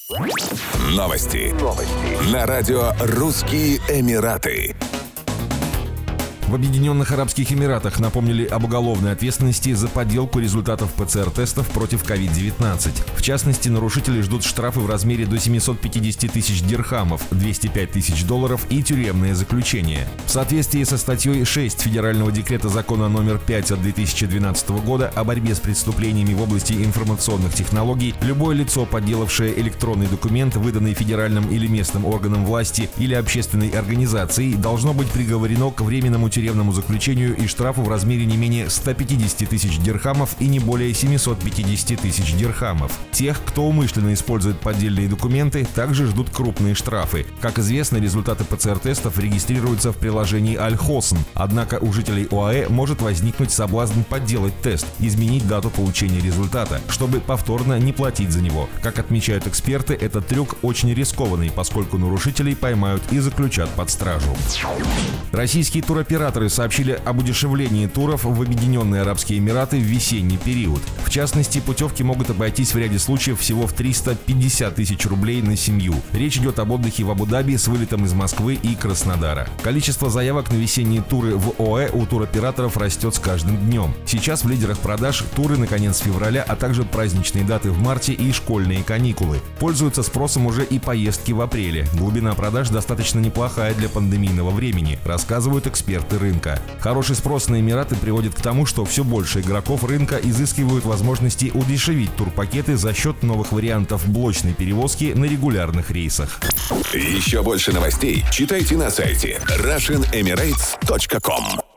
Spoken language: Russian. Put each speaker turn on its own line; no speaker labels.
Новости. На радио «Русские Эмираты».
В Объединенных Арабских Эмиратах напомнили об уголовной ответственности за подделку результатов ПЦР-тестов против COVID-19. В частности, нарушители ждут штрафы в размере до 750 тысяч дирхамов, 205 тысяч долларов и тюремное заключение. В соответствии со статьей 6 Федерального декрета закона номер 5 от 2012 года о борьбе с преступлениями в области информационных технологий, любое лицо, подделавшее электронный документ, выданный федеральным или местным органам власти или общественной организацией, должно быть приговорено к временному тюремному заключению и штрафу в размере не менее 150 тысяч дирхамов и не более 750 тысяч дирхамов. Тех, кто умышленно использует поддельные документы, также ждут крупные штрафы. Как известно, результаты ПЦР-тестов регистрируются в приложении Аль-Хосн, однако у жителей ОАЭ может возникнуть соблазн подделать тест, изменить дату получения результата, чтобы повторно не платить за него. Как отмечают эксперты, этот трюк очень рискованный, поскольку нарушителей поймают и заключат под стражу. Российские туроператоры сообщили об удешевлении туров в Объединенные Арабские Эмираты в весенний период. В частности, путевки могут обойтись в ряде случаев всего в 350 тысяч рублей на семью. Речь идет об отдыхе в Абу-Даби с вылетом из Москвы и Краснодара. Количество заявок на весенние туры в ОАЭ у туроператоров растет с каждым днем. Сейчас в лидерах продаж туры на конец февраля, а также праздничные даты в марте и школьные каникулы. Пользуются спросом уже и поездки в апреле. Глубина продаж достаточно неплохая для пандемийного времени, рассказывают эксперты рынка. Хороший спрос на Эмираты приводит к тому, что все больше игроков рынка изыскивают возможности удешевить турпакеты за счет новых вариантов блочной перевозки на регулярных рейсах.
Еще больше новостей читайте на сайте RussianEmirates.com.